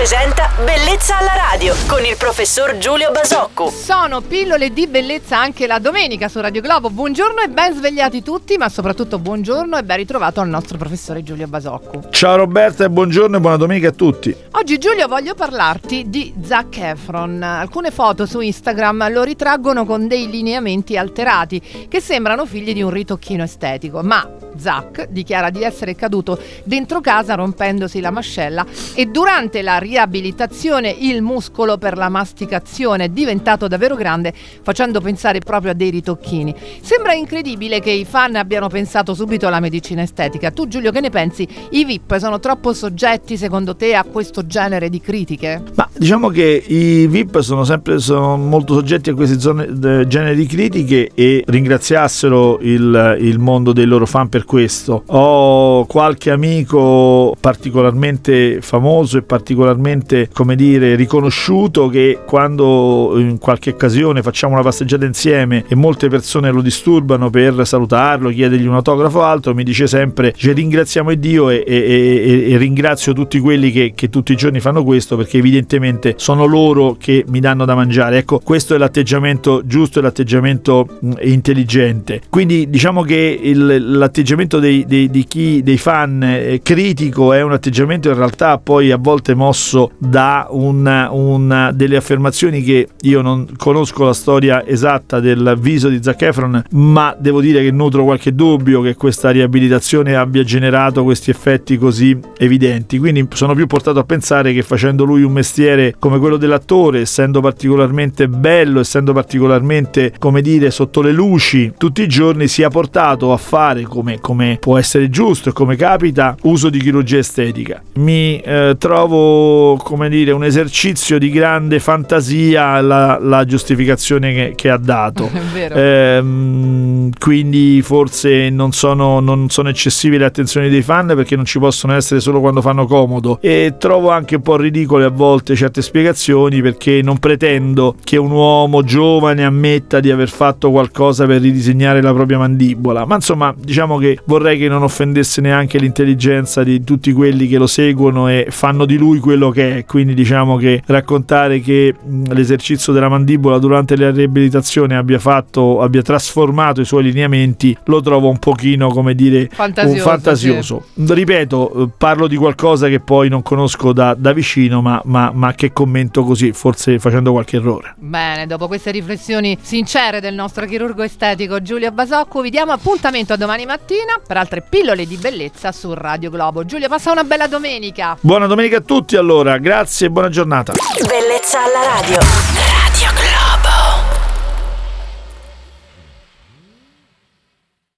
presenta Bellezza alla radio con il professor Giulio Basocco. Sono pillole di bellezza anche la domenica su Radio Globo. Buongiorno e ben svegliati tutti, ma soprattutto buongiorno e ben ritrovato al nostro professore Giulio Basocco. Ciao Roberta e buongiorno e buona domenica a tutti. Oggi Giulio voglio parlarti di Zac Efron. Alcune foto su Instagram lo ritraggono con dei lineamenti alterati che sembrano figli di un ritocchino estetico, ma Zac dichiara di essere caduto dentro casa rompendosi la mascella e durante la riabilitazione il muscolo per la masticazione è diventato davvero grande, facendo pensare proprio a dei ritocchini. Sembra incredibile che i fan abbiano pensato subito alla medicina estetica. Tu Giulio, che ne pensi? I VIP sono troppo soggetti secondo te a questo genere di critiche? Ma diciamo che i VIP sono molto soggetti a questi generi di critiche e ringraziassero il mondo dei loro fan per questo. Ho qualche amico particolarmente famoso e particolarmente, come dire, riconosciuto che quando in qualche occasione facciamo una passeggiata insieme e molte persone lo disturbano per salutarlo, chiedergli un autografo o altro, mi dice sempre: ringraziamo Dio e ringrazio tutti quelli che tutti i giorni fanno questo, perché evidentemente sono loro che mi danno da mangiare. Ecco, questo è l'atteggiamento giusto e l'atteggiamento intelligente. Quindi diciamo che l'atteggiamento dei fan critico è un atteggiamento in realtà poi a volte mosso da delle affermazioni che io non conosco la storia esatta del viso di Zac Efron, ma devo dire che nutro qualche dubbio che questa riabilitazione abbia generato questi effetti così evidenti. Quindi sono più portato a pensare che facendo lui un mestiere come quello dell'attore, essendo particolarmente bello, essendo particolarmente, come dire, sotto le luci tutti i giorni, sia portato a fare, come può essere giusto e come capita, uso di chirurgia estetica. Mi trovo, come dire, un esercizio di grande fantasia la giustificazione che ha dato. È vero. Quindi forse non sono eccessive le attenzioni dei fan, perché non ci possono essere solo quando fanno comodo, e trovo anche un po' ridicole a volte certe spiegazioni, perché non pretendo che un uomo giovane ammetta di aver fatto qualcosa per ridisegnare la propria mandibola, ma insomma diciamo che vorrei che non offendesse neanche l'intelligenza di tutti quelli che lo seguono e fanno di lui quello che è. Quindi diciamo che raccontare che l'esercizio della mandibola durante la riabilitazione abbia trasformato i suoi lineamenti lo trovo un pochino, come dire, fantasioso. Sì. Ripeto, parlo di qualcosa che poi non conosco da vicino, ma che commento così, forse facendo qualche errore. Bene, dopo queste riflessioni sincere del nostro chirurgo estetico Giulio Basocco, vi diamo appuntamento a domani mattina per altre pillole di bellezza su Radio Globo. Giulio, passa una bella domenica. Buona domenica a tutti allora, grazie e buona giornata. Bellezza alla radio.